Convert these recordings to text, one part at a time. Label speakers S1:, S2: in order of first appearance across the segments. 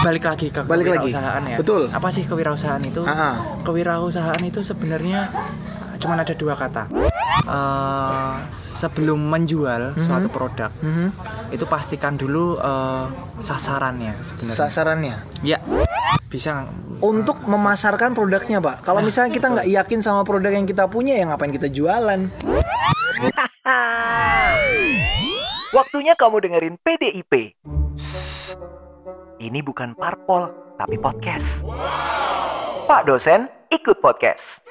S1: balik lagi ke kewirausahaan ya.
S2: Betul.
S1: Apa sih kewirausahaan itu? Kewirausahaan itu sebenarnya cuma ada dua kata. Sebelum menjual suatu produk, itu pastikan dulu sasarannya sebenarnya.
S2: Sasarannya?
S1: Ya. Bisa
S2: untuk memasarkan produknya, Pak. Kalau misalnya kita nggak yakin sama produk yang kita punya, ya ngapain kita jualan?
S3: Waktunya kamu dengerin PDIP. Ini bukan parpol, tapi podcast. Pak dosen ikut podcast.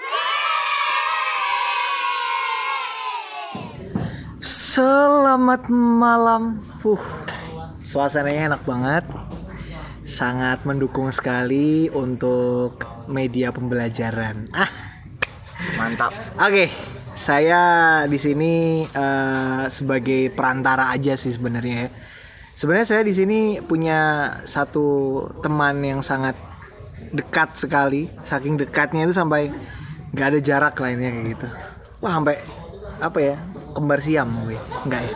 S2: Selamat malam. Suasananya enak banget. Sangat mendukung sekali untuk media pembelajaran.
S1: Mantap.
S2: Oke, saya di sini sebagai perantara aja sih sebenarnya ya. Sebenarnya saya di sini punya satu teman yang sangat dekat sekali. Saking dekatnya itu sampai nggak ada jarak lainnya kayak gitu. Wah, sampai apa ya? Kembar siam gue. Enggak ya.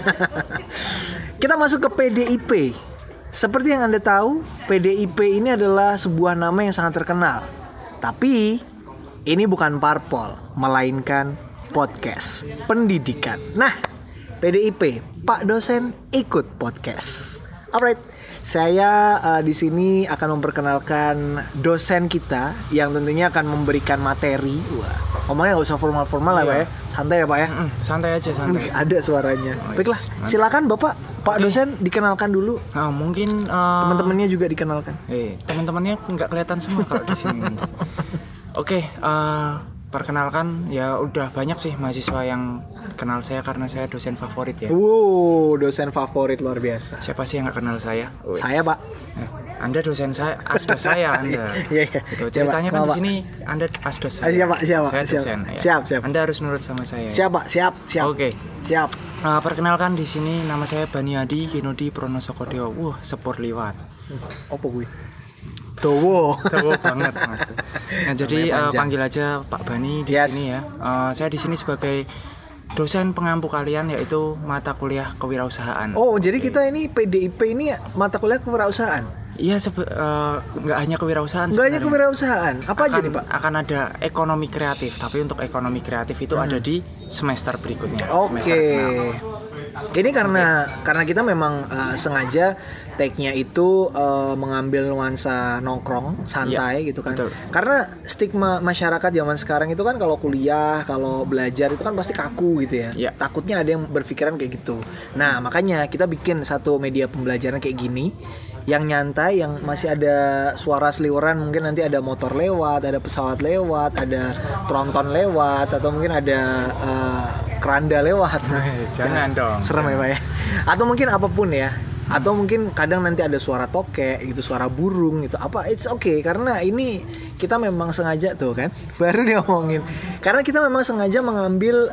S2: Kita masuk ke PDIP. Seperti yang Anda tahu, PDIP ini adalah sebuah nama yang sangat terkenal. Tapi ini bukan parpol, melainkan podcast pendidikan. Nah, PDIP, Pak dosen ikut podcast. Alright, saya di sini akan memperkenalkan dosen kita yang tentunya akan memberikan materi. Wah, ngomongnya nggak usah formal-formal lah, Pak ya. Santai ya, Pak ya.
S1: Santai aja, santai.
S2: Ada suaranya. Baiklah, silakan Bapak, Pak dosen dikenalkan dulu.
S1: Mungkin
S2: teman-temannya juga dikenalkan.
S1: Teman-temannya nggak kelihatan semua kalau di sini. Oke, perkenalkan ya udah banyak sih mahasiswa yang kenal saya karena saya dosen favorit ya.
S2: Dosen favorit luar biasa.
S1: Siapa sih yang nggak kenal saya?
S2: Saya, Pak.
S1: Anda dosen saya, asdos saya Anda.
S2: Iya.
S1: Gitu. Ceritanya kan di sini Anda asdos saya.
S2: Siap.
S1: Saya dosen.
S2: Siap.
S1: Anda harus nurut sama saya.
S2: Siap, Pak. Siap.
S1: Oke.
S2: Siap.
S1: Perkenalkan di sini nama saya Bani Adi Kinudi Pronosokodewo. Sepur liwat.
S2: Apa gue? Dowo
S1: banget Mas. Nah, jadi panggil aja Pak Bani di sini ya. Saya di sini sebagai dosen pengampu kalian yaitu mata kuliah kewirausahaan.
S2: Jadi kita ini PDIP ini mata kuliah kewirausahaan.
S1: Iya, nggak hanya kewirausahaan.
S2: Nggak hanya kewirausahaan. Apa aja nih, Pak?
S1: Akan ada ekonomi kreatif, tapi untuk ekonomi kreatif itu ada di semester berikutnya.
S2: Oke. Ini karena kita memang sengaja take-nya itu mengambil nuansa nongkrong, santai gitu kan.
S1: Betul.
S2: Karena stigma masyarakat zaman sekarang itu kan kalau kuliah, kalau belajar itu kan pasti kaku gitu ya. Takutnya ada yang berpikiran kayak gitu. Nah, makanya kita bikin satu media pembelajaran kayak gini yang nyantai, yang masih ada suara seliweran, mungkin nanti ada motor lewat, ada pesawat lewat, ada tronton lewat, atau mungkin ada keranda lewat.
S1: Jangan dong.
S2: Serem ya, Pak ya. Atau mungkin apapun ya. Atau mungkin kadang nanti ada suara tokek gitu, suara burung gitu. Apa it's okay karena ini kita memang sengaja tuh kan. Baru diomongin. Karena kita memang sengaja mengambil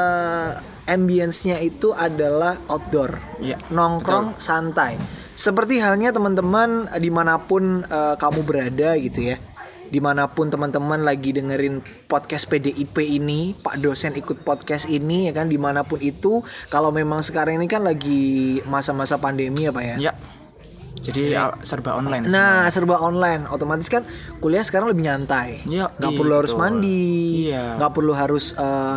S2: ambience-nya itu adalah outdoor. Nongkrong, santai. Seperti halnya teman-teman dimanapun kamu berada gitu ya, dimanapun teman-teman lagi dengerin podcast PDIP ini, Pak dosen ikut podcast ini ya kan, dimanapun itu. Kalau memang sekarang ini kan lagi masa-masa pandemi ya, Pak ya.
S1: Iya. Jadi serba online.
S2: Nah, serba online, otomatis kan kuliah sekarang lebih nyantai. Nggak perlu harus mandi, nggak perlu harus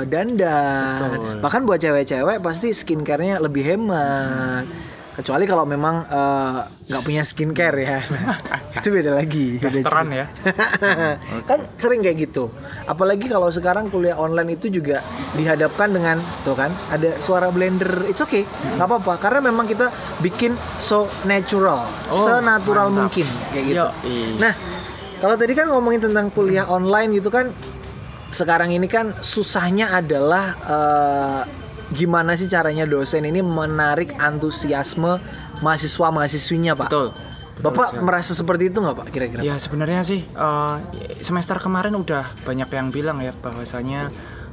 S2: dandan. Bahkan buat cewek-cewek pasti skincare-nya lebih hemat. Kecuali kalau memang nggak punya skincare ya, itu beda lagi.
S1: Restoran ya.
S2: Kan sering kayak gitu. Apalagi kalau sekarang kuliah online itu juga dihadapkan dengan tuh kan ada suara blender. It's okay, nggak apa-apa. Karena memang kita bikin so natural, senatural mungkin kayak gitu. Nah, kalau tadi kan ngomongin tentang kuliah online gitu kan, sekarang ini kan susahnya adalah gimana sih caranya dosen ini menarik antusiasme mahasiswa-mahasiswinya, Pak?
S1: Betul.
S2: Bapak merasa seperti itu nggak, Pak, kira-kira?
S1: Ya sebenarnya sih semester kemarin udah banyak yang bilang ya bahwasanya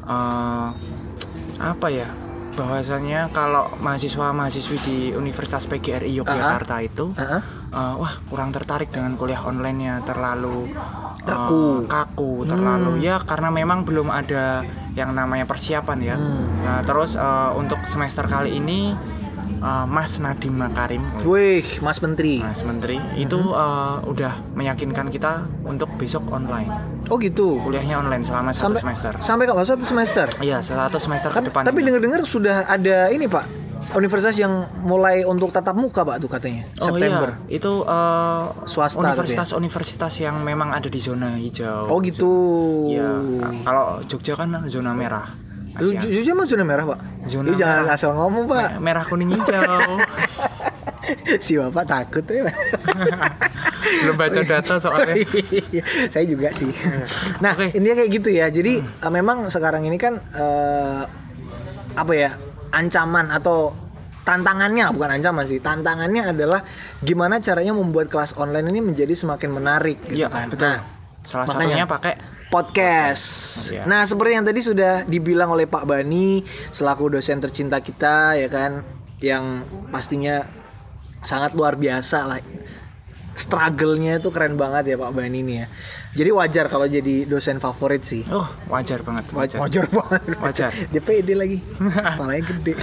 S1: bahwasanya kalau mahasiswa-mahasiswi di Universitas PGRI Yogyakarta itu wah kurang tertarik dengan kuliah online-nya, terlalu kaku, terlalu ya karena memang belum ada yang namanya persiapan ya. Nah, terus untuk semester kali ini Mas Nadiem Makarim.
S2: Wih, Mas Menteri.
S1: Mas Menteri itu udah meyakinkan kita untuk besok online.
S2: Oh gitu.
S1: Kuliahnya online selama satu semester.
S2: Sampai kalau 1 semester?
S1: Iya, 1 semester ke depan.
S2: Tapi dengar-dengar sudah ada ini Pak, universitas yang mulai untuk tatap muka Pak tuh katanya. September.
S1: Iya, itu
S2: swasta
S1: universitas yang memang ada di zona hijau.
S2: Oh gitu.
S1: Iya. Kalau Jogja kan zona merah.
S2: Jogja mah zona merah Pak.
S1: Zona
S2: jangan asal ngomong Pak.
S1: Merah kuning hijau.
S2: Si Bapak takut ya Pak.
S1: Belum baca data soalnya.
S2: Saya juga sih. Nah, intinya kayak gitu ya. Jadi memang sekarang ini kan apa ya? Ancaman atau tantangannya, bukan ancaman sih. Tantangannya adalah gimana caranya membuat kelas online ini menjadi semakin menarik gitu
S1: ya,
S2: kan.
S1: Betul.
S2: Nah,
S1: salah satunya pakai
S2: podcast. Ya. Nah, seperti yang tadi sudah dibilang oleh Pak Bani selaku dosen tercinta kita ya kan, yang pastinya sangat luar biasa lah. Struggle-nya itu keren banget ya Pak Bani ini ya. Jadi wajar kalau jadi dosen favorit sih.
S1: Oh, wajar banget.
S2: Wajar banget.
S1: Wajar.
S2: Dia pede lagi. Palanya gede.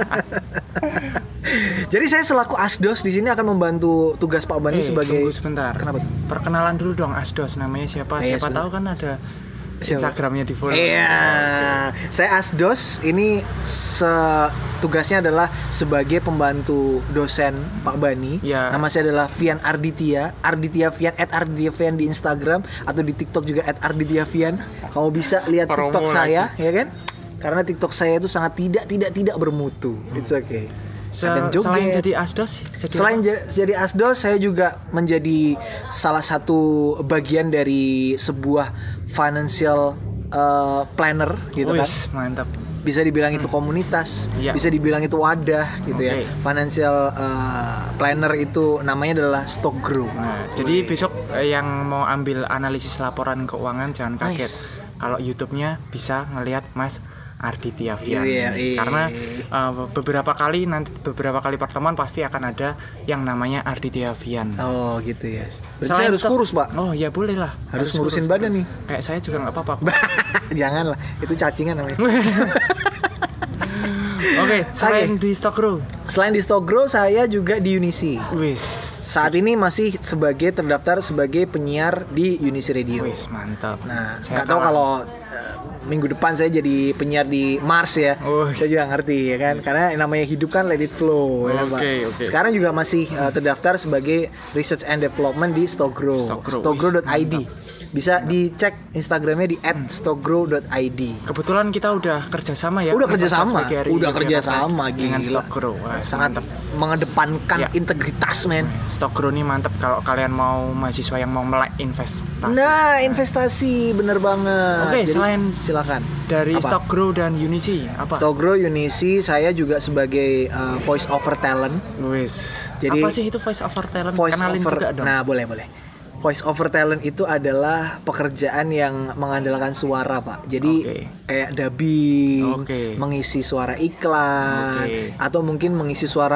S2: Jadi saya selaku Asdos di sini akan membantu tugas Pak Bani sebagai.
S1: Tunggu sebentar.
S2: Kenapa tuh?
S1: Perkenalan dulu dong Asdos, namanya siapa? Siapa tahu kan ada Instagramnya di follow.
S2: Iya, saya Asdos ini tugasnya adalah sebagai pembantu dosen Pak Bani.
S1: Ya.
S2: Nama saya adalah Vian Arditya Vian @ardityavian di Instagram atau di TikTok juga @ardityavian. Kamu bisa lihat TikTok saya, ya kan? Karena TikTok saya itu sangat tidak bermutu. It's okay.
S1: Selain jadi Asdos,
S2: jadi Asdos, saya juga menjadi salah satu bagian dari sebuah financial planner gitu kan.
S1: Mantap.
S2: Bisa dibilang itu komunitas, bisa dibilang itu wadah gitu ya. Financial planner itu namanya adalah Stock Grow.
S1: Nah, jadi besok yang mau ambil analisis laporan keuangan jangan kaget. Kalau YouTube-nya bisa ngelihat Mas Arditya Vian. Karena beberapa kali pertemuan pasti akan ada yang namanya Arditya Vian.
S2: Oh gitu ya. Berarti saya harus kurus Pak.
S1: Oh ya boleh lah.
S2: Harus ngurusin badan nih.
S1: Kayak saya juga nggak apa-apa.
S2: Janganlah, itu cacingan namanya.
S1: Oke, selain di Stock Grow.
S2: Selain di Stock Grow, saya juga di Unisi. Saat ini masih terdaftar sebagai penyiar di Unisi Radio.
S1: Mantap.
S2: Nah, nggak tahu kalau minggu depan saya jadi penyiar di Mars ya. Saya juga ngerti ya kan, karena namanya hidup kan let it flow ya kan, Pak. Sekarang juga masih terdaftar sebagai research and development di Stockgrow. Stockgrow.id. Bisa dicek Instagramnya di @stockgrow.id.
S1: Kebetulan kita udah kerjasama ya.
S2: Udah kerjasama
S1: dengan Stockgrow.
S2: Sangat mengedepankan integritas men.
S1: Stockgrow ini mantep kalau kalian mau mahasiswa yang mau melek investasi.
S2: Nah, investasi bener banget.
S1: Oke, selain
S2: silakan.
S1: Dari Stockgrow dan Unisi apa?
S2: Stockgrow, Unisi, saya juga sebagai voice over talent.
S1: Jadi apa sih itu voice over talent? Kenalin juga dong.
S2: Nah, boleh. Voice over talent itu adalah pekerjaan yang mengandalkan suara Pak. Jadi kayak dubbing, mengisi suara iklan, atau mungkin mengisi suara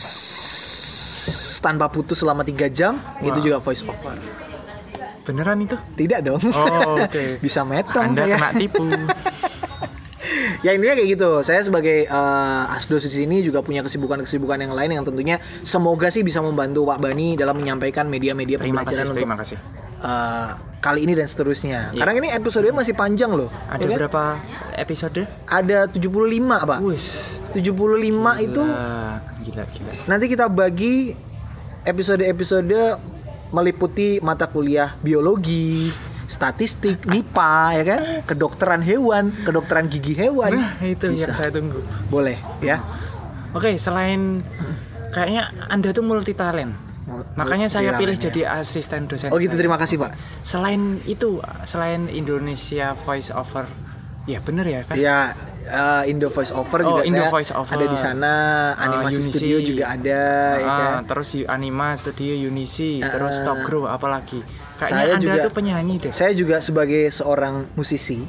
S2: tanpa putus selama 3 jam. Itu juga voice over.
S1: Beneran itu?
S2: Tidak dong. Bisa metong
S1: Anda
S2: saya.
S1: kena tipu.
S2: Ya intinya kayak gitu. Saya sebagai Asdos di sini juga punya kesibukan yang lain yang tentunya semoga sih bisa membantu Pak Bani dalam menyampaikan media-media pembelajaran untuk kali ini dan seterusnya. Karena ini episode masih panjang loh.
S1: Ada berapa episode?
S2: Ada 75 Pak. 75 itu
S1: gila.
S2: Nanti kita bagi episode-episode meliputi mata kuliah biologi, statistik, MIPA ya kan, kedokteran hewan, kedokteran gigi hewan.
S1: Nah, itu bisa. Yang saya tunggu.
S2: Boleh ya.
S1: Oke, selain kayaknya Anda tuh multi talent. Makanya saya pilih jadi asisten dosen.
S2: Oh gitu, terima kasih Pak.
S1: Selain itu, selain Indonesia Voice Over, ya bener ya kan?
S2: Ya, Indo Voice Over juga
S1: Indo
S2: saya
S1: Voice Over.
S2: ada di sana. Animasi Studio juga ada, ya kan?
S1: Terus Anima Studio, Unisi, terus Stockgrow, apalagi? Kayaknya
S2: saya
S1: Anda
S2: juga,
S1: tuh penyanyi deh.
S2: Saya juga sebagai seorang musisi,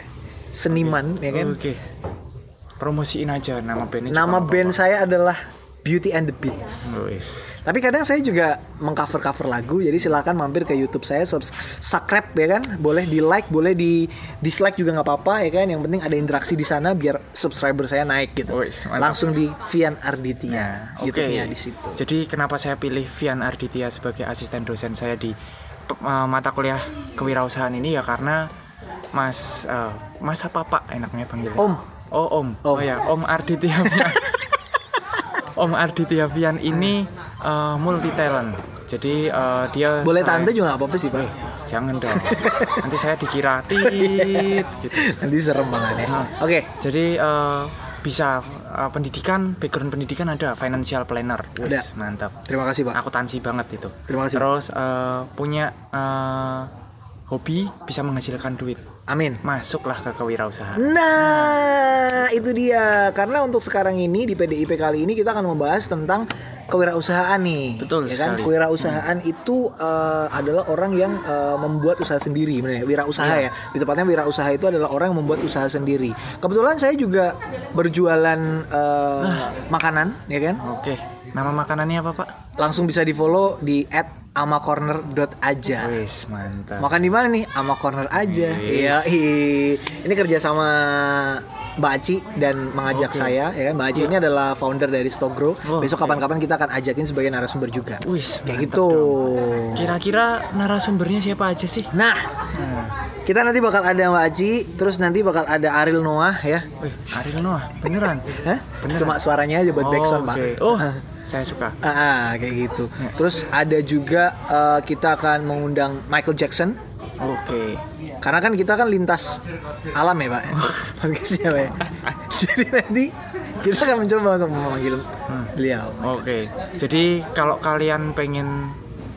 S2: seniman, ya kan?
S1: Promosiin aja nama band.
S2: Nama band saya adalah Beauty and the Beats. Tapi kadang saya juga mengcover lagu, jadi silakan mampir ke YouTube saya, subscribe ya kan, boleh di like, boleh di dislike juga nggak apa-apa ya kan, yang penting ada interaksi di sana biar subscriber saya naik gitu. Langsung di Vian Arditya, YouTube-nya di situ.
S1: Jadi kenapa saya pilih Vian Arditya sebagai asisten dosen saya di mata kuliah kewirausahaan ini ya karena Mas apa Pak enaknya panggilnya?
S2: Om.
S1: Oh ya, Om Arditya Vian. Om Arditya Vian ini multi talent. Jadi dia
S2: boleh tante juga nggak apa-apa sih Pak.
S1: Jangan dong. Nanti saya dikira tit gitu.
S2: Nanti serem banget ya. Oke.
S1: Jadi bisa background pendidikan ada financial planner.
S2: Ada.
S1: Mantap.
S2: Terima kasih Pak.
S1: Akuntansi banget itu.
S2: Terima kasih.
S1: Terus punya hobi bisa menghasilkan duit.
S2: Amin.
S1: Masuklah ke kewirausahaan.
S2: Nah, itu dia. Karena untuk sekarang ini di PDIP kali ini kita akan membahas tentang kewirausahaan nih.
S1: Betul
S2: ya kan?
S1: sekali.
S2: Kewirausahaan itu adalah orang yang membuat usaha sendiri, benar ya? Wirausaha ya. Di tepatnya wirausaha itu adalah orang yang membuat usaha sendiri. Kebetulan saya juga berjualan makanan, ya kan?
S1: Oke. Nama makanannya apa, Pak?
S2: Langsung bisa di-follow di @amacorner.aja.
S1: Wis, mantap.
S2: Makan di mana nih? Ama Corner aja. Iya, ini kerja sama Mbak Aci dan mengajak saya, ya kan? Mbak Aci ini adalah founder dari Stogro. Besok kapan-kapan kita akan ajakin sebagai narasumber juga.
S1: Wis,
S2: kayak gitu.
S1: Kira-kira narasumbernya siapa aja sih?
S2: Nah, kita nanti bakal ada Mbak Aci, terus nanti bakal ada Ariel Noah ya.
S1: Ariel Noah, beneran?
S2: Hah? Beneran? Cuma suaranya aja buat backsound, Pak.
S1: Oh, saya suka.
S2: Kayak gitu. Terus ada juga kita akan mengundang Michael Jackson.
S1: Oke.
S2: Karena kan kita kan lintas alam ya Pak. Podcastnya Pak. Jadi nanti kita akan mencoba untuk memanggil beliau.
S1: Oke. Jadi kalau kalian pengen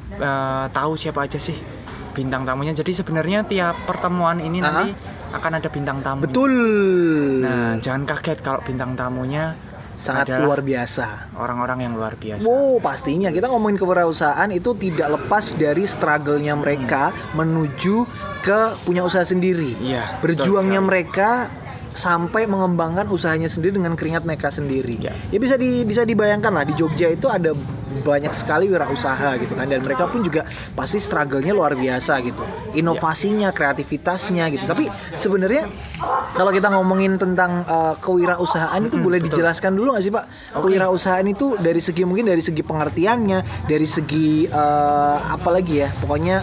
S1: tahu siapa aja sih bintang tamunya, jadi sebenarnya tiap pertemuan ini nanti akan ada bintang tamu.
S2: Betul.
S1: Nah, jangan kaget kalau bintang tamunya
S2: sangat luar biasa.
S1: Orang-orang yang luar biasa.
S2: Pastinya kita ngomongin kewirausahaan itu tidak lepas dari struggle-nya mereka menuju ke punya usaha sendiri.
S1: Iya.
S2: Berjuangnya mereka sampai mengembangkan usahanya sendiri dengan keringat mereka sendiri. Ya bisa dibayangkan lah, di Jogja itu ada banyak sekali wirausaha gitu kan, dan mereka pun juga pasti struggle-nya luar biasa gitu. Inovasinya, kreativitasnya gitu. Tapi sebenarnya kalau kita ngomongin tentang kewirausahaan itu boleh dijelaskan dulu nggak sih Pak? Kewirausahaan itu dari segi mungkin dari segi pengertiannya, dari segi apa lagi ya? Pokoknya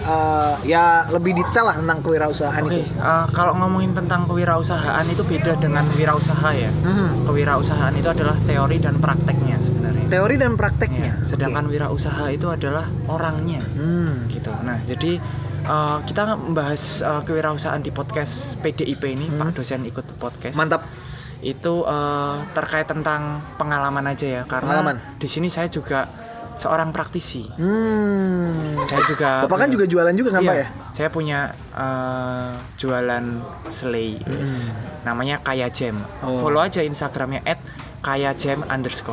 S2: ya lebih detail lah tentang kewirausahaan itu.
S1: Kalau ngomongin tentang kewirausahaan itu beda dengan wirausaha ya. Kewirausahaan itu adalah teori dan prakteknya sebenarnya.
S2: Teori dan prakteknya.
S1: Ya, sedangkan wirausaha itu adalah orangnya. Gitu. Nah, jadi kita membahas kewirausahaan di podcast PDIP ini, Pak dosen ikut podcast.
S2: Mantap.
S1: Itu terkait tentang pengalaman aja ya, karena di sini saya juga seorang praktisi. Saya juga.
S2: Bapak kan juga jualan juga kan Pak ya?
S1: Saya punya jualan selai, namanya Kaya Jam. Follow aja Instagramnya @kayajam_.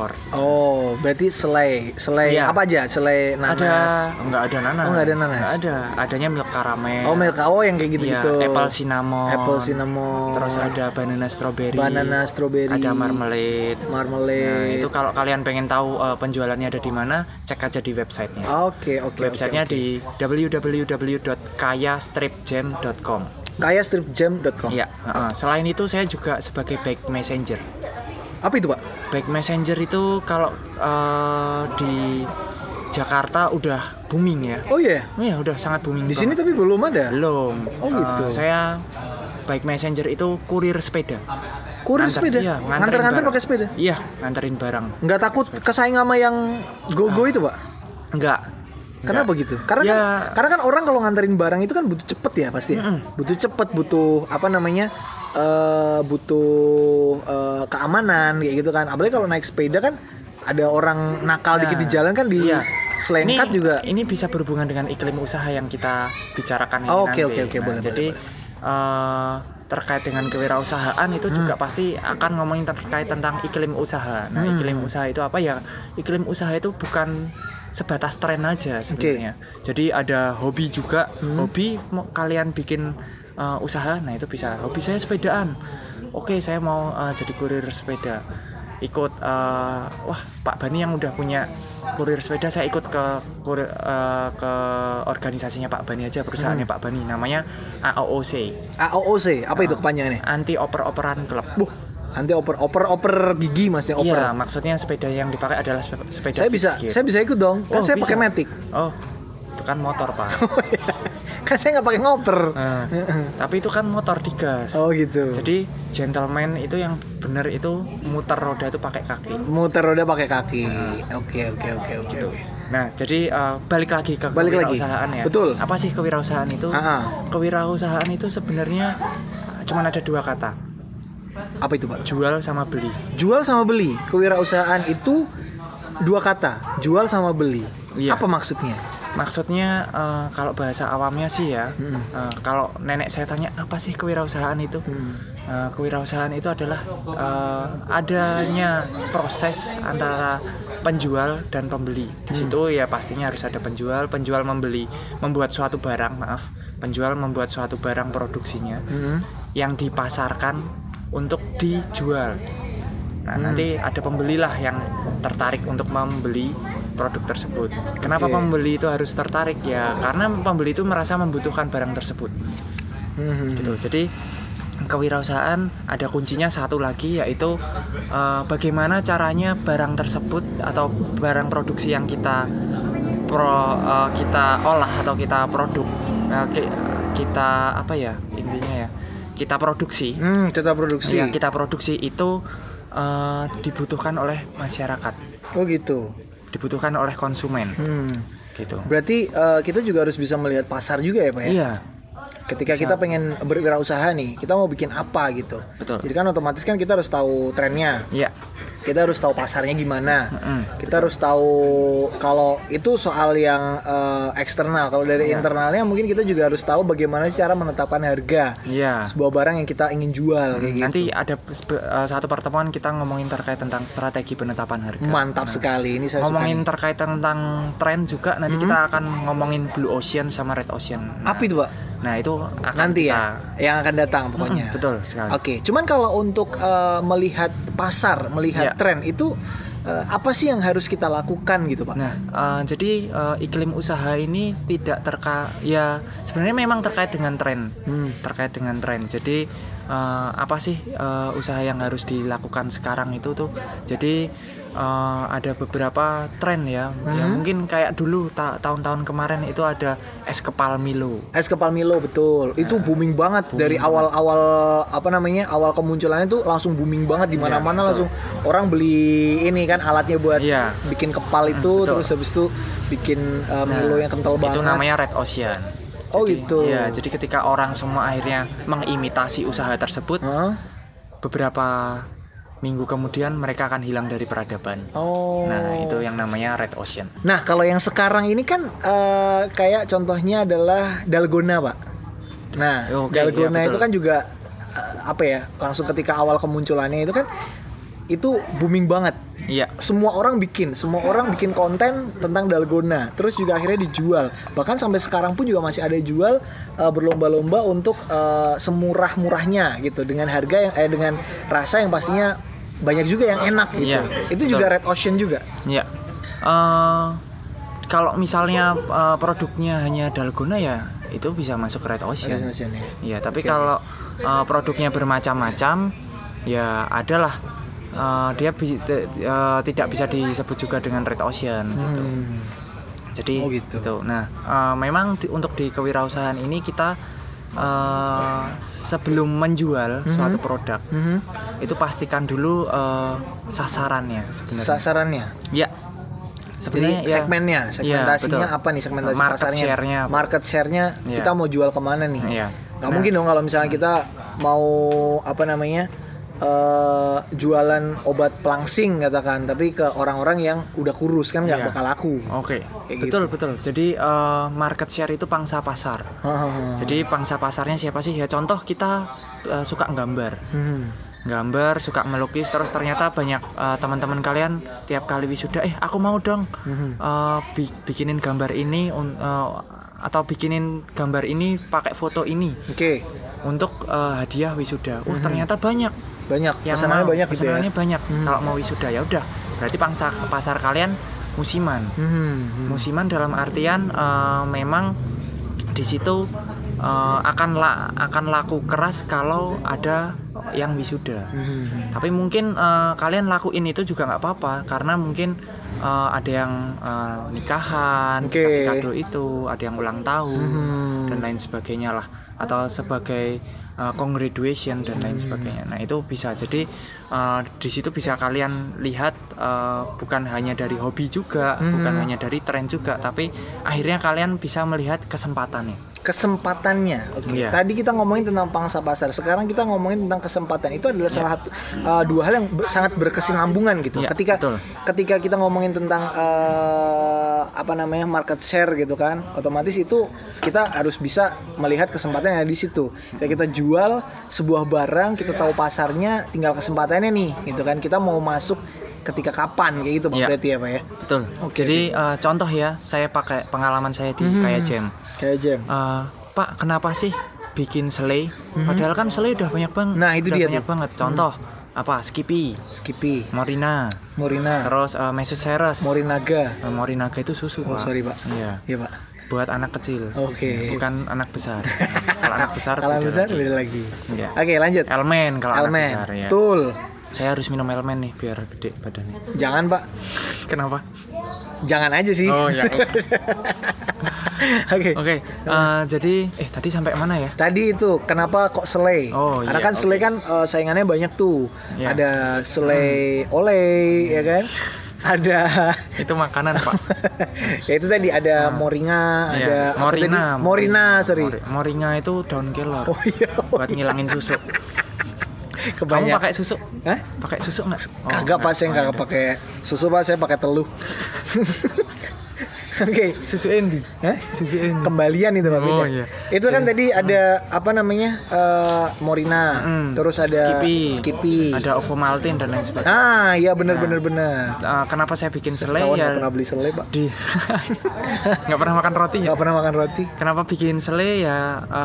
S2: Berarti selai apa aja? Selai nanas.
S1: Enggak ada nanas.
S2: Enggak ada nanas.
S1: Enggak ada. Adanya milk caramel.
S2: Milk yang kayak gitu-gitu.
S1: Apple cinnamon. Terus ada banana strawberry. Ada marmalade. Nah, itu kalau kalian pengen tahu penjualannya ada di mana, cek aja di websitenya.
S2: Oke.
S1: Websitenya di www.kayastripjam.com.
S2: kayastripjam.com.
S1: Ya. Selain itu saya juga sebagai back messenger.
S2: Apa itu Pak?
S1: Back messenger itu kalau di Jakarta udah booming ya.
S2: Oh iya?
S1: Iya, udah sangat booming.
S2: Di sini tapi belum ada.
S1: Belum.
S2: Gitu.
S1: Saya back messenger itu kurir sepeda.
S2: Kurir sepeda?
S1: Iya,
S2: nganter pakai sepeda?
S1: Iya, nganterin barang.
S2: Nggak takut kesaing sama yang go-go itu Pak?
S1: Enggak.
S2: Kenapa gitu? Karena kan orang kalau nganterin barang itu kan butuh cepet ya pasti. Butuh cepet, butuh apa namanya? Butuh keamanan kayak gitu kan. Apalagi kalau naik sepeda kan ada orang nakal dikit di jalan kan selengkat juga.
S1: Ini bisa berhubungan dengan iklim usaha yang kita bicarakan ini.
S2: Oke,
S1: boleh. Jadi terkait dengan kewirausahaan itu juga pasti akan ngomongin terkait tentang iklim usaha. Nah, iklim usaha itu apa ya? Iklim usaha itu bukan sebatas tren aja sebenarnya. Jadi ada hobi juga. Hobi kalian bikin usaha, nah itu bisa. Hobi saya sepedaan. Oke, saya mau jadi kurir sepeda. ikut wah Pak Bani yang udah punya kurir sepeda, saya ikut ke organisasinya Pak Bani aja, perusahaannya Pak Bani, namanya AOOC.
S2: AOOC apa itu kepanjangannya?
S1: Anti Oper-Operan Club.
S2: Anti oper gigi Mas ya, oper.
S1: Iya, maksudnya sepeda yang dipakai adalah sepeda
S2: saya bisa ikut dong. Kan saya pakai Matic.
S1: Oh, itu kan motor, Pak.
S2: Kan saya nggak pakai ngoper.
S1: Tapi itu kan motor digas.
S2: Oh gitu.
S1: Jadi gentleman itu yang benar itu muter roda itu pakai kaki.
S2: Muter roda pakai kaki. Oke.
S1: Gitu. Nah, jadi balik lagi ke kewirausahaan ya.
S2: Betul.
S1: Apa sih kewirausahaan itu? Kewirausahaan itu sebenarnya cuma ada 2 kata.
S2: Apa itu, Pak?
S1: Jual sama beli.
S2: Jual sama beli. Kewirausahaan itu 2 kata. Jual sama beli.
S1: Iya.
S2: Apa maksudnya?
S1: Maksudnya kalau bahasa awamnya sih ya, kalau nenek saya tanya apa sih kewirausahaan itu, kewirausahaan itu adalah adanya proses antara penjual dan pembeli. Di situ ya pastinya harus ada penjual membuat suatu barang, penjual membuat suatu barang produksinya yang dipasarkan untuk dijual. Nah nanti ada pembelilah yang tertarik untuk membeli produk tersebut. Kenapa pembeli itu harus tertarik ya? Karena pembeli itu merasa membutuhkan barang tersebut. Gitu. Jadi kewirausahaan ada kuncinya satu lagi, yaitu bagaimana caranya barang tersebut atau barang produksi yang kita olah atau kita kita apa ya intinya ya kita produksi. Ya, kita produksi itu dibutuhkan oleh masyarakat.
S2: Oh gitu.
S1: Dibutuhkan oleh konsumen. Gitu.
S2: Berarti kita juga harus bisa melihat pasar juga ya, Pak ya?
S1: Iya.
S2: Ketika kita pengen berwirausaha nih, kita mau bikin apa gitu.
S1: Betul.
S2: Jadi kan otomatis kan kita harus tahu trennya.
S1: Iya.
S2: Kita harus tahu pasarnya gimana. Kita harus tahu kalau itu soal yang eksternal. Kalau dari internalnya mungkin kita juga harus tahu bagaimana cara menetapkan harga sebuah barang yang kita ingin jual.
S1: Nanti ada satu pertemuan kita ngomongin terkait tentang strategi penetapan harga.
S2: Mantap sekali. Ini saya
S1: ngomongin terkait tentang tren juga. Nanti kita akan ngomongin Blue Ocean sama Red Ocean.
S2: Apa itu, Pak?
S1: Nah itu akan
S2: nanti yang akan datang pokoknya.
S1: Betul sekali.
S2: Oke, cuman kalau untuk melihat pasar, melihat tren itu apa sih yang harus kita lakukan gitu, Pak?
S1: Nah, jadi iklim usaha ini tidak sebenarnya memang terkait dengan tren. Terkait dengan tren. Jadi apa sih usaha yang harus dilakukan sekarang itu tuh? Jadi ada beberapa tren ya, yang mungkin kayak dulu tahun-tahun kemarin itu ada es kepal Milo.
S2: Es kepal Milo betul. Itu booming banget dari awal-awal awal kemunculannya itu langsung booming banget di mana-mana langsung orang beli ini kan alatnya buat bikin kepal itu terus habis itu bikin Milo yang kental banget.
S1: Itu namanya Red Ocean.
S2: Gitu.
S1: Ya, jadi ketika orang semua akhirnya mengimitasi usaha tersebut, beberapa minggu kemudian mereka akan hilang dari peradaban. Nah itu yang namanya Red Ocean.
S2: Nah kalau yang sekarang ini kan kayak contohnya adalah Dalgona, Pak. Nah Dalgona itu kan juga langsung ketika awal kemunculannya itu kan itu booming banget.
S1: Iya.
S2: Semua orang bikin konten tentang Dalgona. Terus juga akhirnya dijual. Bahkan sampai sekarang pun juga masih ada jual berlomba-lomba untuk semurah-murahnya gitu dengan harga yang dengan rasa yang pastinya banyak juga yang enak gitu. Itu juga Red Ocean juga.
S1: Iya. Kalau misalnya produknya hanya Dalgona ya itu bisa masuk Red Ocean. Iya, tapi kalau produknya bermacam-macam ya adalah dia tidak bisa disebut juga dengan Red Ocean gitu. Jadi gitu. Nah, memang untuk di kewirausahaan ini kita sebelum menjual suatu produk itu pastikan dulu sasarannya sebenarnya.
S2: Sasarannya?
S1: Ya.
S2: Sebenarnya segmentasinya apa nih segmentasi pasarnya? Market share-nya kita mau jual kemana nih? Gak mungkin dong kalau misalnya kita mau jualan obat pelangsing katakan, tapi ke orang-orang yang udah kurus kan nggak bakal laku.
S1: Betul. Jadi market share itu pangsa pasar. Jadi pangsa pasarnya siapa sih? Ya contoh kita suka gambar, suka melukis, terus ternyata banyak teman-teman kalian tiap kali wisuda, aku mau dong bikinin gambar ini atau bikinin gambar ini pakai foto ini untuk hadiah wisuda. Ternyata banyak
S2: Banyak.
S1: Yang
S2: Pesanannya
S1: mau,
S2: banyak gitu ya.
S1: pesanannya banyak. Kalau mau wisuda ya udah. Berarti pasar kalian musiman. Musiman dalam artian memang di situ akan laku keras kalau ada yang wisuda. Tapi mungkin kalian lakuin itu juga nggak apa-apa karena mungkin ada yang nikahan, kasih kado itu, ada yang ulang tahun dan lain sebagainya lah, atau sebagai congratulation dan lain sebagainya. Nah itu bisa. Jadi di situ bisa kalian lihat bukan hanya dari hobi juga, bukan hanya dari tren juga, tapi akhirnya kalian bisa melihat kesempatannya.
S2: Oke. Tadi kita ngomongin tentang pangsa pasar. Sekarang kita ngomongin tentang kesempatan. Itu adalah salah satu dua hal yang sangat berkesinambungan gitu. Ketika kita ngomongin tentang market share gitu kan, otomatis itu kita harus bisa melihat kesempatan yang ada di situ. Kayak kita jual sebuah barang, kita tahu pasarnya, tinggal kesempatannya nih, gitu kan. Kita mau masuk ketika kapan kayak gitu, berarti ya Pak ya.
S1: Betul. Jadi contoh ya, saya pakai pengalaman saya di Kaya Jam. Pak, kenapa sih bikin selai? Padahal kan selai udah banyak banget.
S2: Nah itu dia
S1: banyak banget. Contoh apa? Skippy, Morina. Terus Mrs. Ceres, Morinaga itu susu.
S2: Oh,
S1: Pak.
S2: Sorry Pak.
S1: Iya
S2: Pak.
S1: Buat anak kecil. Bukan anak besar. Kalau anak besar
S2: beda lagi.
S1: Ya.
S2: Oke, lanjut.
S1: Elmen kalau anak besar ya.
S2: Betul.
S1: Saya harus minum Elmen nih biar gede badannya.
S2: Jangan Pak.
S1: Kenapa?
S2: Jangan aja sih.
S1: Oh ya.
S2: Oke.
S1: Jadi tadi sampai mana ya?
S2: Tadi itu kenapa kok selai? Karena kan selai kan saingannya banyak tuh. Ada selai oleh ya kan? Ada
S1: itu makanan Pak.
S2: Ya itu tadi ada moringa, ada
S1: Moringa itu daun kelor.
S2: Oh iya.
S1: Buat ngilangin susu. Kamu pakai susu?
S2: Hah?
S1: Pakai susu nggak?
S2: Kagak Pak, saya nggak pakai susu Pak, saya pakai teluh. Oke.
S1: Susu Endi?
S2: Susu Endi. Kembalian itu Pak.
S1: Iya.
S2: Itu kan tadi ada Morina, terus ada Skippy,
S1: ada Ovomaltine dan lain sebagainya.
S2: Iya benar.
S1: Kenapa saya bikin selai ya?
S2: Nggak pernah beli selai Pak.
S1: Nggak pernah makan roti.
S2: Nggak pernah makan roti.
S1: Kenapa bikin selai ya?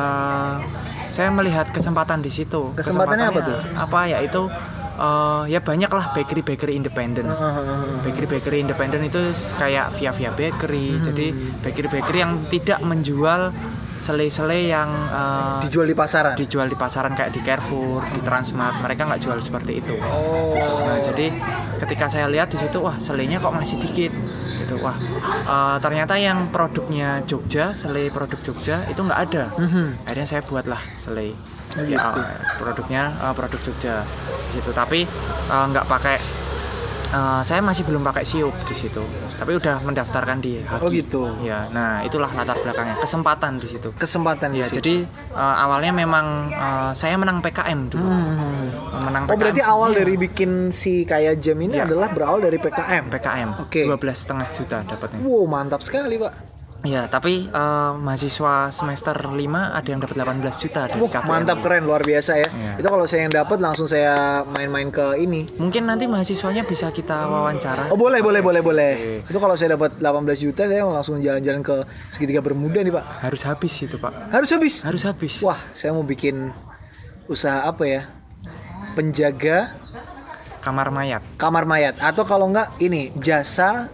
S1: Saya melihat kesempatan di situ.
S2: Kesempatannya apa tuh?
S1: Yaitu ya banyak lah bakery independen. Bakery independen itu kayak Via Bakery. Jadi bakery yang tidak menjual selai-selai yang
S2: dijual di pasaran
S1: kayak di Carrefour, di Transmart. Mereka nggak jual seperti itu. Nah, jadi ketika saya lihat di situ, wah selainya kok masih dikit gitu. Wah ternyata yang produknya Jogja, selai produk Jogja itu nggak ada. Akhirnya saya buatlah selai. Produknya produk Jogja di situ, tapi nggak pakai. Saya masih belum pakai siup di situ, tapi udah mendaftarkan di Haki.
S2: Oh gitu.
S1: Ya, nah itulah latar belakangnya, kesempatan di situ.
S2: Ya,
S1: jadi awalnya memang saya menang PKM dulu. Menang PKM.
S2: Berarti awal dari bikin si Kaya Jam ini adalah berawal dari PKM.
S1: Oke. 12,5 juta dapatnya.
S2: Wow, mantap sekali Pak.
S1: Ya, tapi mahasiswa semester 5 ada yang dapat 18 juta dari KPMG.
S2: Mantap, keren, luar biasa ya. Itu kalau saya yang dapat langsung saya main-main ke ini.
S1: Mungkin nanti mahasiswanya bisa kita wawancara.
S2: Oh, boleh. Itu kalau saya dapat 18 juta saya langsung jalan-jalan ke Segitiga Bermuda nih, Pak.
S1: Harus habis itu, Pak.
S2: Harus habis.
S1: Wah,
S2: saya mau bikin usaha apa ya? Penjaga
S1: kamar mayat
S2: atau kalau enggak ini jasa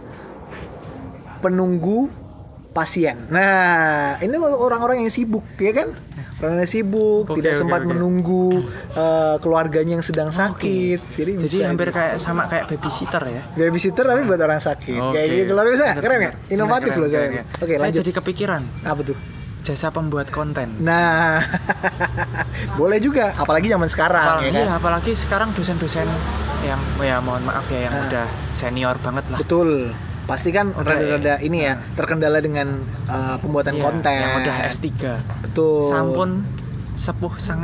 S2: penunggu pasien. Nah, ini orang-orang yang sibuk, ya kan? Orang yang sibuk, tidak sempat menunggu keluarganya yang sedang sakit.
S1: Jadi hampir kayak babysitter ya.
S2: Babysitter tapi buat orang sakit. Kayak gitu luar biasa, keren ya? Inovatif loh saya. Oke,
S1: saya
S2: lanjut.
S1: jadi kepikiran.
S2: Apa tuh?
S1: Jasa pembuat konten.
S2: Nah, boleh juga. Apalagi zaman sekarang, ya kan?
S1: Apalagi sekarang dosen-dosen yang mohon maaf ya, yang udah senior banget lah.
S2: Betul. Pasti kan rada-rada ini ya, terkendala dengan pembuatan konten.
S1: Yang udah S3.
S2: Betul.
S1: Sampun sepuh sangat.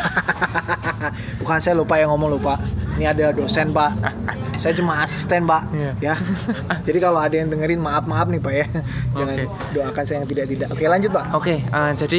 S2: Bukan saya lupa yang ngomong lupa. Ini ada dosen Pak. Saya cuma asisten Pak. Ya. Jadi kalau ada yang dengerin maaf nih Pak ya. Jangan doakan saya yang tidak. Oke, lanjut Pak.
S1: Jadi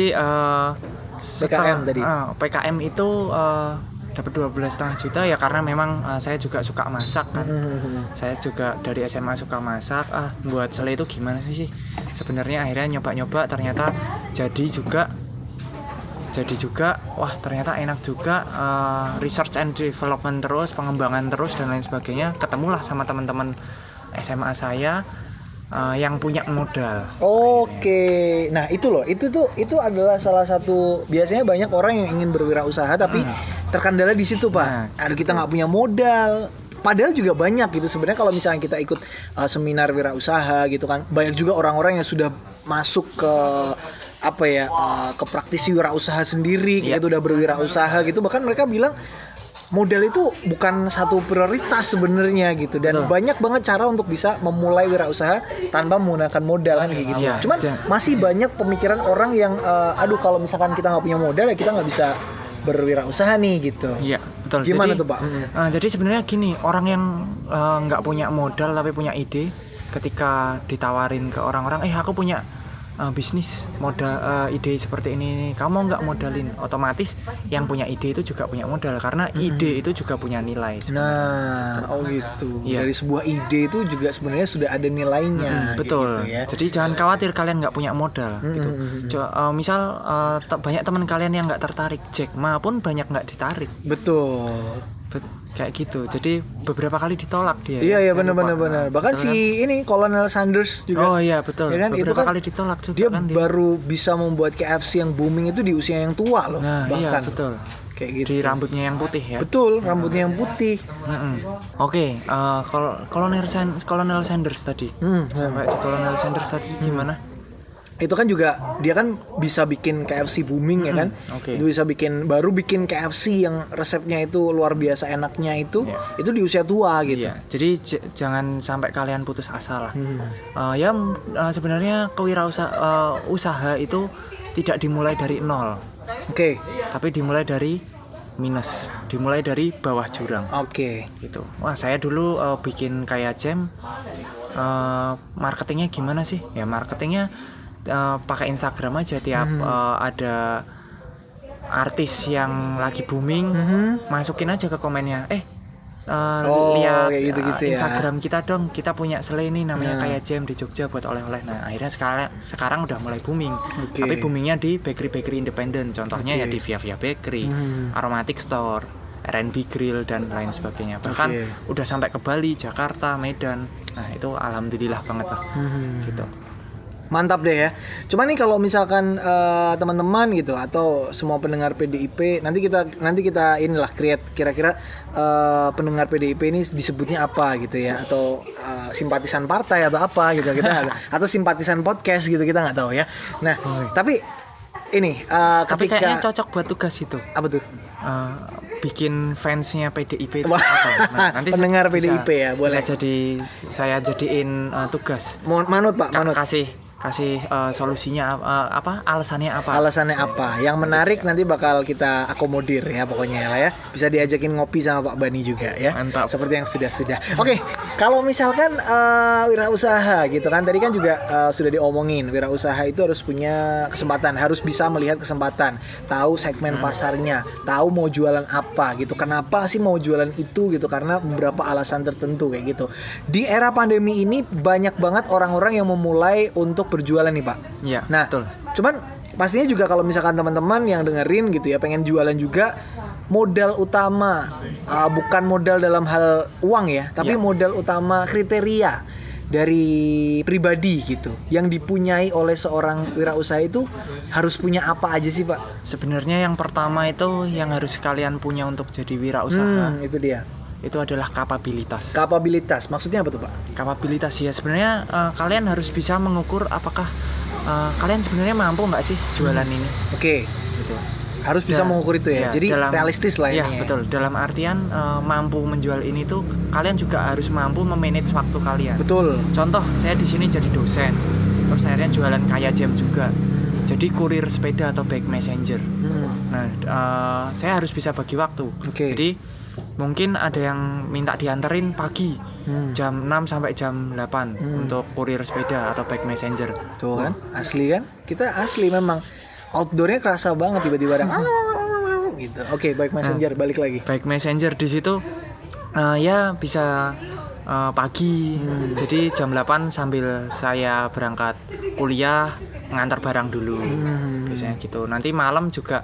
S2: PKM tadi.
S1: PKM itu dapat 12,5 juta ya karena memang saya juga suka masak kan. Saya juga dari SMA suka masak. Buat selai itu gimana sih? Sebenarnya akhirnya nyoba-nyoba ternyata jadi juga Jadi juga wah ternyata enak juga, research and development terus, pengembangan terus dan lain sebagainya. Ketemulah sama teman-teman SMA saya yang punya modal.
S2: Oke. Nah, itu loh. Itu adalah salah satu, biasanya banyak orang yang ingin berwirausaha tapi terkendala di situ, Pak. Aduh, kita nggak punya modal. Padahal juga banyak gitu sebenarnya kalau misalnya kita ikut seminar wirausaha gitu kan. Banyak juga orang-orang yang sudah masuk ke ke praktisi wirausaha sendiri gitu, udah berwirausaha gitu. Bahkan mereka bilang modal itu bukan satu prioritas sebenarnya gitu, dan banyak banget cara untuk bisa memulai wirausaha tanpa menggunakan modal kan kayak gitu. Cuman masih banyak pemikiran orang yang kalau misalkan kita nggak punya modal ya kita nggak bisa berwirausaha nih gitu.
S1: Iya, betul.
S2: Gimana tuh, Pak?
S1: Jadi sebenarnya gini, orang yang nggak punya modal tapi punya ide, ketika ditawarin ke orang-orang, aku punya bisnis modal, ide seperti ini, kamu mau nggak modalin? Otomatis yang punya ide itu juga punya modal karena ide itu juga punya nilai sebenarnya.
S2: Nah, gitu. Dari sebuah ide itu juga sebenarnya sudah ada nilainya.
S1: Betul. Gitu ya. Jadi jangan khawatir kalian nggak punya modal. Gitu. Misal banyak teman kalian yang nggak tertarik, Jack Ma pun banyak nggak ditarik.
S2: Betul.
S1: Kayak gitu. Jadi beberapa kali ditolak dia.
S2: Iya benar. Bahkan betul, si ini Colonel Sanders juga.
S1: Oh iya betul.
S2: Ya kan?
S1: Beberapa
S2: itu kan
S1: kali ditolak juga.
S2: Dia
S1: kan
S2: baru bisa membuat KFC yang booming itu di usia yang tua loh.
S1: Nah,
S2: bahkan.
S1: Iya betul.
S2: Kayak gitu.
S1: Di rambutnya yang putih ya.
S2: Betul, rambutnya yang putih.
S1: Oke, Colonel Sanders tadi. Sampai di Colonel Sanders tadi gimana?
S2: Itu kan juga dia kan bisa bikin KFC booming ya kan. Itu bisa baru bikin KFC yang resepnya itu luar biasa enaknya itu di usia tua gitu.
S1: Jadi jangan sampai kalian putus asa lah. Sebenarnya usaha itu tidak dimulai dari nol. Tapi dimulai dari minus, dimulai dari bawah jurang. Gitu. Wah, saya dulu bikin kayak jam, marketingnya gimana sih? Ya marketingnya pakai Instagram aja, tiap ada artis yang lagi booming, masukin aja ke komennya, lihat Instagram kita dong, kita punya selai ini namanya kayak jam di Jogja buat oleh-oleh. Nah akhirnya sekarang udah mulai booming. Tapi boomingnya di bakery independen, contohnya ya di Via Bakery, Aromatic Store, R&B Grill dan lain sebagainya. Bahkan udah sampai ke Bali, Jakarta, Medan. Nah itu alhamdulillah banget lah. Gitu.
S2: Mantap deh ya. Cuma nih kalau misalkan teman-teman gitu atau semua pendengar PDIP, nanti kita inilah create kira-kira pendengar PDIP ini disebutnya apa gitu ya, atau simpatisan partai atau apa gitu kita atau simpatisan podcast gitu kita nggak tahu ya. Nah, tapi ini
S1: tapi kayaknya cocok buat tugas itu.
S2: Apa tuh?
S1: Bikin fansnya PDIP itu apa? Nah, nanti
S2: pendengar PDIP ya boleh.
S1: Saya jadiin tugas.
S2: Manut Pak, manut.
S1: Kasih solusinya alasannya apa
S2: yang menarik nanti bakal kita akomodir ya pokoknya lah ya, bisa diajakin ngopi sama Pak Bani juga ya.
S1: Mantap.
S2: Seperti yang sudah. Oke, kalau misalkan wirausaha gitu kan, tadi kan juga sudah diomongin, wirausaha itu harus punya kesempatan, harus bisa melihat kesempatan, tahu segmen pasarnya, tahu mau jualan apa gitu, kenapa sih mau jualan itu gitu, karena beberapa alasan tertentu kayak gitu. Di era pandemi ini banyak banget orang-orang yang memulai untuk berjualan nih Pak.
S1: Iya.
S2: Nah, betul. Cuman pastinya juga kalau misalkan teman-teman yang dengerin gitu ya pengen jualan juga, modal utama bukan modal dalam hal uang ya, tapi modal utama kriteria dari pribadi gitu yang dipunyai oleh seorang wirausaha itu harus punya apa aja sih Pak?
S1: Sebenarnya yang pertama itu yang harus kalian punya untuk jadi wirausaha.
S2: Itu dia.
S1: Itu adalah kapabilitas.
S2: Kapabilitas, maksudnya apa tuh Pak?
S1: Kapabilitas ya sebenarnya kalian harus bisa mengukur apakah kalian sebenarnya mampu nggak sih jualan ini.
S2: Gitu. Harus bisa mengukur itu ya. Jadi realistis lah ini.
S1: Iya betul. Dalam artian mampu menjual ini tuh kalian juga harus mampu memanage waktu kalian.
S2: Betul.
S1: Contoh saya di sini jadi dosen, terus akhirnya jualan kayak jam juga. Jadi kurir sepeda atau bike messenger. Nah saya harus bisa bagi waktu. Jadi mungkin ada yang minta dianterin pagi jam 6 sampai jam 8 untuk kurir sepeda atau bike messenger.
S2: Tuh kan, asli kan? Kita asli memang. Outdoornya kerasa banget tiba-tiba ada gitu. Bike messenger balik lagi.
S1: Bike messenger di situ ya bisa pagi. Jadi jam 8 sambil saya berangkat kuliah ngantar barang dulu. Biasanya gitu. Nanti malam juga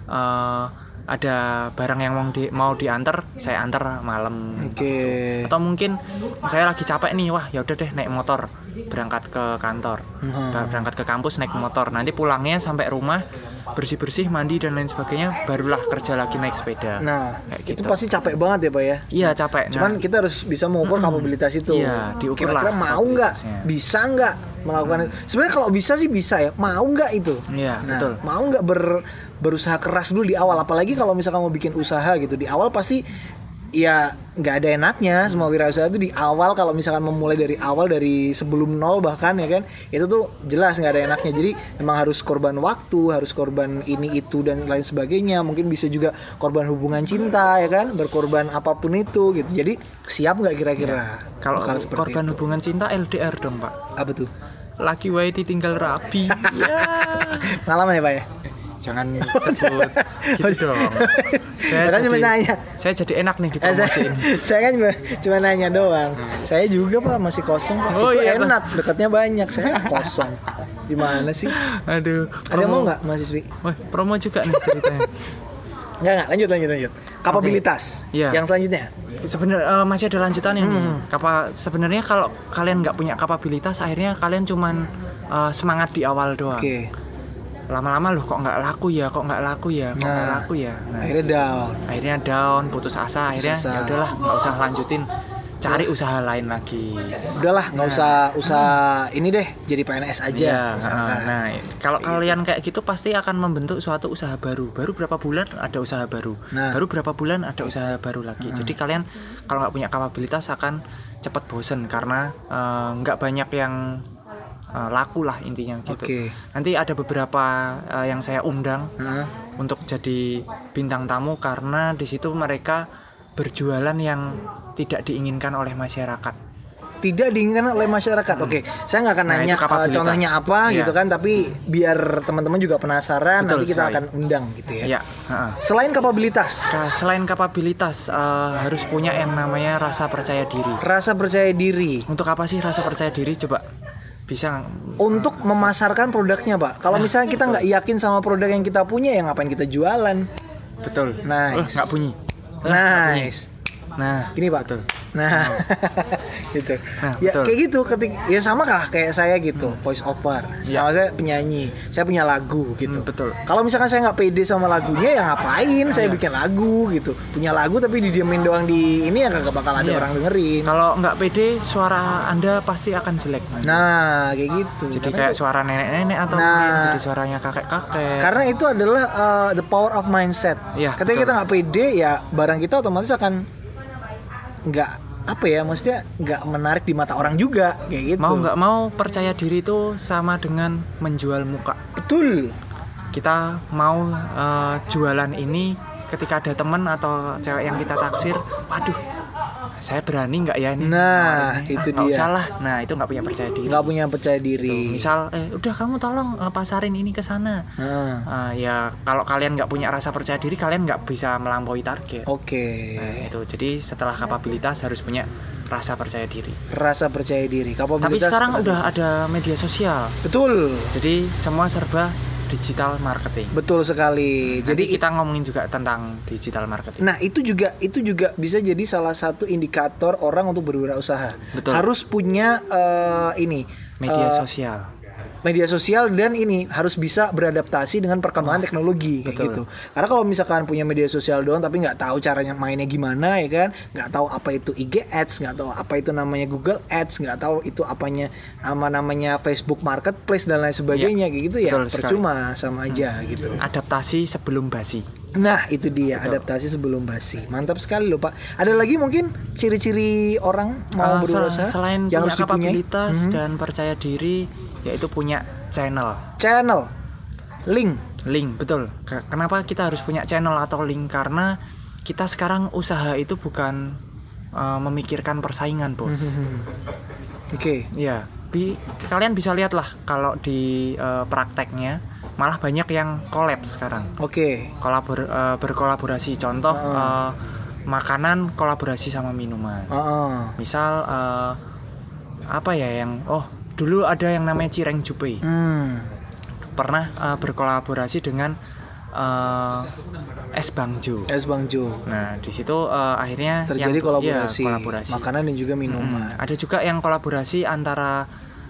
S1: ada barang yang mau diantar, saya antar malam. Gitu. Atau mungkin saya lagi capek nih, wah ya udah deh naik motor berangkat ke kantor, berangkat ke kampus naik motor. Nanti pulangnya sampai rumah bersih-bersih, mandi dan lain sebagainya, barulah kerja lagi naik sepeda.
S2: Nah,
S1: gitu.
S2: Itu pasti capek banget ya Pak ya?
S1: Iya capek.
S2: Cuman kita harus bisa mengukur kapabilitas itu.
S1: Iya, diukur
S2: kira-kira
S1: lah.
S2: Mau nggak? Bisa nggak melakukan itu? Sebenarnya kalau bisa sih bisa ya. Mau nggak itu?
S1: Iya, betul.
S2: Mau nggak berusaha keras dulu di awal? Apalagi kalau misalkan mau bikin usaha gitu, di awal pasti ya nggak ada enaknya. Semua wirausaha itu di awal, kalau misalkan memulai dari awal, dari sebelum nol bahkan ya kan, itu tuh jelas nggak ada enaknya. Jadi memang harus korban waktu, harus korban ini itu dan lain sebagainya. Mungkin bisa juga korban hubungan cinta ya kan, berkorban apapun itu gitu. Jadi siap nggak kira-kira?
S1: Kalau korban hubungan cinta LDR dong Pak.
S2: Apa tuh?
S1: Laki wae ditinggal rapi. Ya.
S2: Pengalaman ya Pak ya?
S1: Jangan sebut gitu dong.
S2: Saya
S1: jadi enak nih dipromosiin.
S2: Saya kan cuma nanya doang. Saya juga Pak masih kosong Pak. Situ
S1: iya,
S2: enak, dekatnya banyak. Saya kosong. Gimana sih?
S1: Aduh.
S2: Ada mau nggak mahasiswi?
S1: Wah, promo juga nih ceritanya.
S2: Enggak, lanjut. Kapabilitas.
S1: Okay.
S2: Yang selanjutnya.
S1: Sebenarnya masih ada lanjutannya nih. Sebenarnya kalau kalian nggak punya kapabilitas, akhirnya kalian cuman semangat di awal doang.
S2: Oke.
S1: Lama-lama loh kok nggak laku ya. Nah, akhirnya down, putus asa. Akhirnya ya udahlah, nggak usah lanjutin, cari usaha lain lagi.
S2: Udahlah, nggak usah ini deh, jadi PNS aja.
S1: Nah, kalau kalian kayak gitu pasti akan membentuk suatu usaha baru. Baru berapa bulan ada usaha baru. Baru berapa bulan ada usaha baru lagi. Jadi kalian kalau nggak punya kapabilitas akan cepat bosen karena nggak banyak yang laku lah intinya gitu. Nanti ada beberapa yang saya undang untuk jadi bintang tamu karena di situ mereka berjualan yang tidak diinginkan oleh masyarakat.
S2: Tidak diinginkan oleh masyarakat. Saya nggak akan nanya contohnya apa gitu kan, tapi biar teman-teman juga penasaran. Betul, nanti kita akan undang gitu ya. Selain kapabilitas,
S1: harus punya yang namanya rasa percaya diri.
S2: Rasa percaya diri.
S1: Untuk apa sih rasa percaya diri? Coba bisa
S2: untuk memasarkan produknya Pak. Kalau misalnya kita nggak yakin sama produk yang kita punya, ya ngapain kita jualan?
S1: Betul.
S2: Nice.
S1: Nggak bunyi.
S2: Nice.
S1: Nah,
S2: gini Pak.
S1: Betul.
S2: Nah, gitu. Ya
S1: betul.
S2: kayak gitu. Ya sama lah kayak saya gitu, voice over. Saya penyanyi, saya punya lagu gitu.
S1: Betul.
S2: Kalau misalkan saya nggak pede sama lagunya, ya ngapain saya bikin lagu gitu? Punya lagu tapi didiemin doang di ini, ya kagak bakal ada orang dengerin.
S1: Kalau nggak pede, suara Anda pasti akan jelek.
S2: Nah, kayak gitu.
S1: Jadi kayak suara nenek-nenek atau mungkin jadi suaranya kakek-kakek.
S2: Karena itu adalah the power of mindset. Ketika kita nggak pede, ya barang kita otomatis akan maksudnya nggak menarik di mata orang juga kayak gitu.
S1: Mau nggak mau percaya diri itu sama dengan menjual muka.
S2: Betul.
S1: Kita mau jualan ini, ketika ada teman atau cewek yang kita taksir, waduh, saya berani nggak ya ini?
S2: Nah, itu dia.
S1: Nggak salah. Nah, itu nggak punya percaya diri.
S2: Nggak punya percaya diri.
S1: Tuh, misal, udah kamu tolong pasarin ini ke sana. Ya kalau kalian nggak punya rasa percaya diri, kalian nggak bisa melampaui target. Nah, itu. Jadi setelah kapabilitas harus punya rasa percaya diri.
S2: Rasa percaya diri. Kapabilitas.
S1: Tapi sekarang udah ada media sosial.
S2: Betul.
S1: Jadi semua serba digital marketing.
S2: Betul sekali.
S1: Nanti jadi kita ngomongin juga tentang digital marketing.
S2: Nah, itu juga bisa jadi salah satu indikator orang untuk berwirausaha.
S1: Betul.
S2: Harus punya media sosial dan ini harus bisa beradaptasi dengan perkembangan teknologi kayak gitu. Karena kalau misalkan punya media sosial doang tapi nggak tahu caranya mainnya gimana ya kan, nggak tahu apa itu IG Ads, nggak tahu apa itu namanya Google Ads, nggak tahu itu apanya namanya Facebook Marketplace dan lain sebagainya kayak gitu, ya percuma sama aja gitu.
S1: Adaptasi sebelum basi.
S2: Nah, itu dia. Adaptasi sebelum basi. Mantap sekali loh Pak. Ada lagi mungkin ciri-ciri orang mau berusaha
S1: selain
S2: yang
S1: punya
S2: harus
S1: kapabilitas dan percaya diri, yaitu punya channel,
S2: link,
S1: betul. Kenapa kita harus punya channel atau link? Karena kita sekarang usaha itu bukan memikirkan persaingan, bos. Ya, kalian bisa lihat lah kalau di prakteknya malah banyak yang collab sekarang. Berkolaborasi. Contoh makanan kolaborasi sama minuman. Misal apa ya yang dulu ada yang namanya cireng jupe. pernah berkolaborasi dengan Es Bang Jo. Nah, di situ akhirnya
S2: terjadi kolaborasi makanan dan juga minuman.
S1: Ada juga yang kolaborasi antara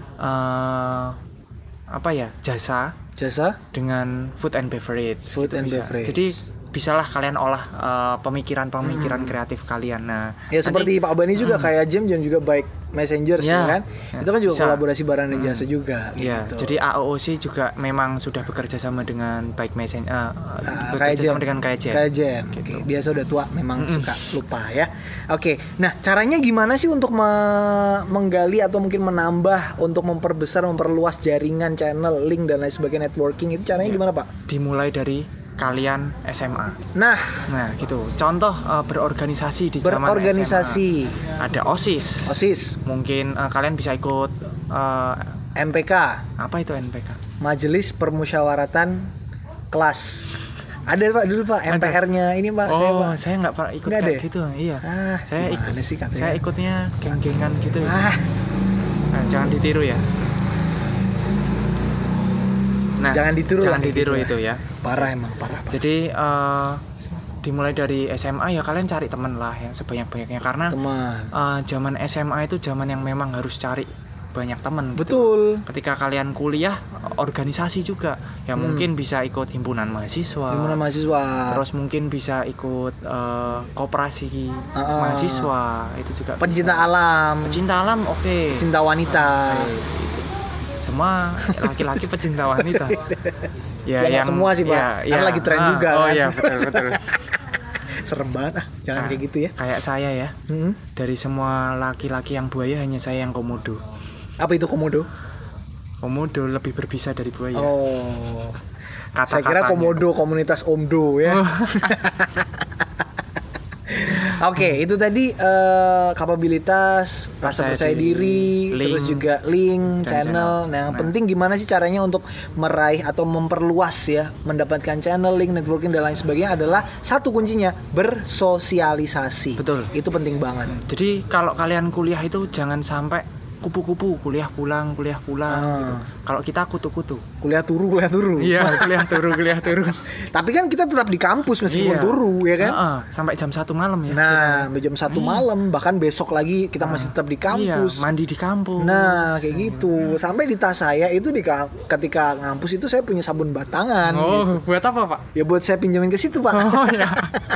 S1: jasa dengan food and beverage. Jadi bisalah kalian olah pemikiran kreatif kalian. Nah,
S2: ya seperti Pak Bani juga kayak Jam dan juga Bike Messenger kan. Itu kan juga kolaborasi barang dan jasa juga
S1: gitu. Jadi AOC juga memang sudah bekerja sama dengan Bike Messenger bekerja sama dengan kayak Jam.
S2: Gitu. Biasa udah tua memang suka lupa ya. Oke. Nah, caranya gimana sih untuk menggali atau mungkin menambah untuk memperluas jaringan channel, link dan lain sebagainya networking itu caranya gimana, Pak?
S1: Dimulai dari kalian SMA.
S2: Nah,
S1: gitu. Contoh berorganisasi di zaman SMA. Ada OSIS. Mungkin kalian bisa ikut
S2: MPK.
S1: Apa itu MPK?
S2: Majelis Permusyawaratan Kelas. Ada Pak dulu Pak MPR-nya ini Pak.
S1: Saya nggak pernah ikut kayak gitu. Iya. Saya ikutnya geng-gengan gitu. Nah, jangan ditiru ya. Nah, jangan ditiru itu ya.
S2: Parah.
S1: Jadi dimulai dari SMA ya kalian cari teman lah yang sebanyak-banyaknya karena zaman SMA itu zaman yang memang harus cari banyak teman.
S2: Betul.
S1: Gitu. Ketika kalian kuliah organisasi juga ya mungkin bisa ikut himpunan mahasiswa. Terus mungkin bisa ikut koperasi mahasiswa itu juga.
S2: Pecinta alam,
S1: oke.
S2: Pecinta wanita.
S1: Semua laki-laki pecinta wanita. Ya yang
S2: semua sih Pak. Karena lagi tren juga kan.
S1: Oh iya betul.
S2: Serem banget jangan kayak gitu ya.
S1: Kayak saya ya. Dari semua laki-laki yang buaya hanya saya yang komodo.
S2: Apa itu komodo?
S1: Komodo lebih berbisa dari buaya.
S2: Oh. Saya kira komodo komunitas Omdo ya. Oke, itu tadi kapabilitas, rasa percaya diri, terus juga link, channel. Nah, yang penting gimana sih caranya untuk meraih atau memperluas ya, mendapatkan channel, link, networking dan lain sebagainya adalah satu kuncinya bersosialisasi.
S1: Betul.
S2: Itu penting banget.
S1: Jadi kalau kalian kuliah itu jangan sampai kupu-kupu, kuliah pulang gitu. Kalau kita kutu-kutu.
S2: Kuliah turu.
S1: Iya, kuliah turu.
S2: Tapi kan kita tetap di kampus meskipun turu ya kan?
S1: Sampai jam 1 malam ya.
S2: Nah, sampai jam 1 malam, bahkan besok lagi kita masih tetap di kampus.
S1: Iya, mandi di kampus.
S2: Nah, kayak gitu. Sampai di tas saya itu ketika ngampus itu saya punya sabun batangan.
S1: Oh, gitu. Buat apa, Pak?
S2: Ya buat saya pinjamin ke situ, Pak.
S1: Oh, ya.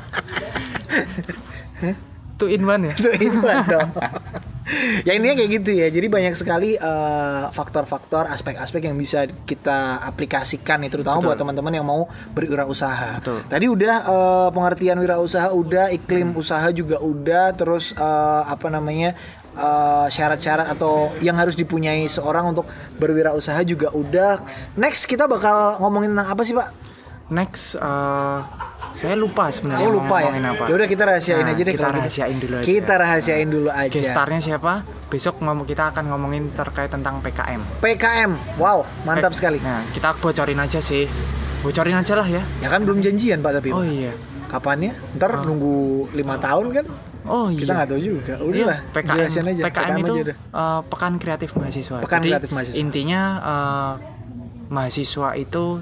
S1: 2 in 1 ya?
S2: 2 in 1 dong. Ya intinya kayak gitu ya. Jadi banyak sekali faktor-faktor, aspek-aspek yang bisa kita aplikasikan ya, terutama buat teman-teman yang mau berwirausaha. Tadi udah pengertian wirausaha udah, iklim usaha juga udah, terus syarat-syarat atau yang harus dipunyai seorang untuk berwirausaha juga udah. Next kita bakal ngomongin tentang apa sih, Pak?
S1: Next saya lupa sebenarnya.
S2: Lupa ya. Ya udah kita rahasiain aja deh. Kita rahasiain dulu aja.
S1: Gestarnya siapa? Besok kita akan ngomongin terkait tentang PKM.
S2: Wow, mantap sekali.
S1: Nah, kita bocorin aja lah ya.
S2: Ya kan belum janjian Pak tapi.
S1: Oh iya.
S2: Kapannya? Ntar nunggu 5 tahun kan?
S1: Oh iya.
S2: Kita nggak tahu juga. Udahlah.
S1: PKM itu Pekan Kreatif Mahasiswa. Intinya mahasiswa itu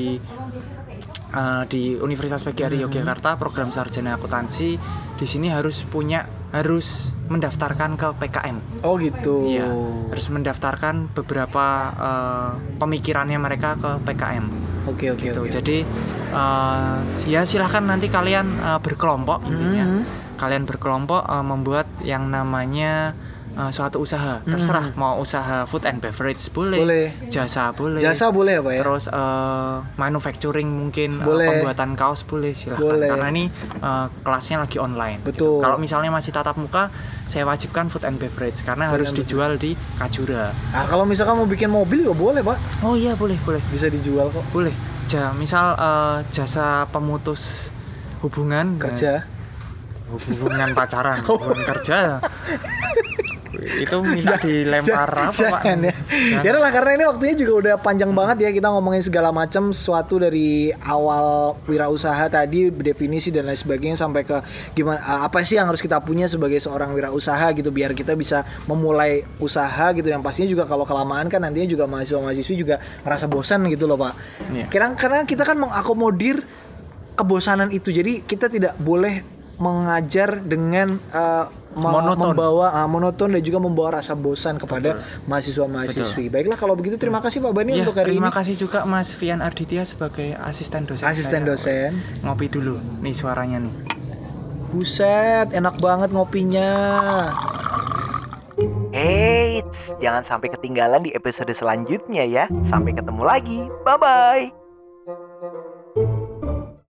S1: di Universitas PGRI Yogyakarta program sarjana akuntansi di sini harus mendaftarkan ke PKM.
S2: Oh gitu.
S1: Iya, harus mendaftarkan beberapa pemikirannya mereka ke PKM.
S2: Oke.
S1: Jadi ya silahkan nanti kalian berkelompok intinya. Kalian berkelompok membuat yang namanya suatu usaha, terserah mau usaha food and beverage boleh. Jasa boleh
S2: ya Pak ya.
S1: Terus manufacturing mungkin pembuatan kaos boleh, silahkan. Karena ini kelasnya lagi online.
S2: Betul.
S1: Gitu. Kalau misalnya masih tatap muka, saya wajibkan food and beverage karena harus dijual di Kajura.
S2: Nah, kalau misalkan mau bikin mobil juga boleh Pak.
S1: Oh iya boleh.
S2: Bisa dijual kok.
S1: Boleh. Misal jasa pemutus hubungan
S2: kerja.
S1: Hubungan pacaran, hubungan kerja. itu minta dilempar apa Pak?
S2: Ya. Ya lah, karena ini waktunya juga udah panjang banget ya, kita ngomongin segala macam sesuatu dari awal wirausaha tadi, definisi dan lain sebagainya sampai ke gimana apa sih yang harus kita punya sebagai seorang wirausaha gitu biar kita bisa memulai usaha gitu. Yang pastinya juga kalau kelamaan kan nantinya juga mahasiswa-mahasiswi juga ngerasa bosan gitu loh Pak. Karena kita kan mengakomodir kebosanan itu, jadi kita tidak boleh mengajar dengan membawa monoton dan juga membawa rasa bosan kepada mahasiswa-mahasiswi. Baiklah kalau begitu, terima kasih Pak Bani untuk hari ini.
S1: Terima kasih juga Mas Fian Arditya sebagai asisten dosen. Ngopi dulu nih suaranya nih.
S2: Buset, enak banget ngopinya.
S3: Eits, jangan sampai ketinggalan di episode selanjutnya ya. Sampai ketemu lagi. Bye-bye.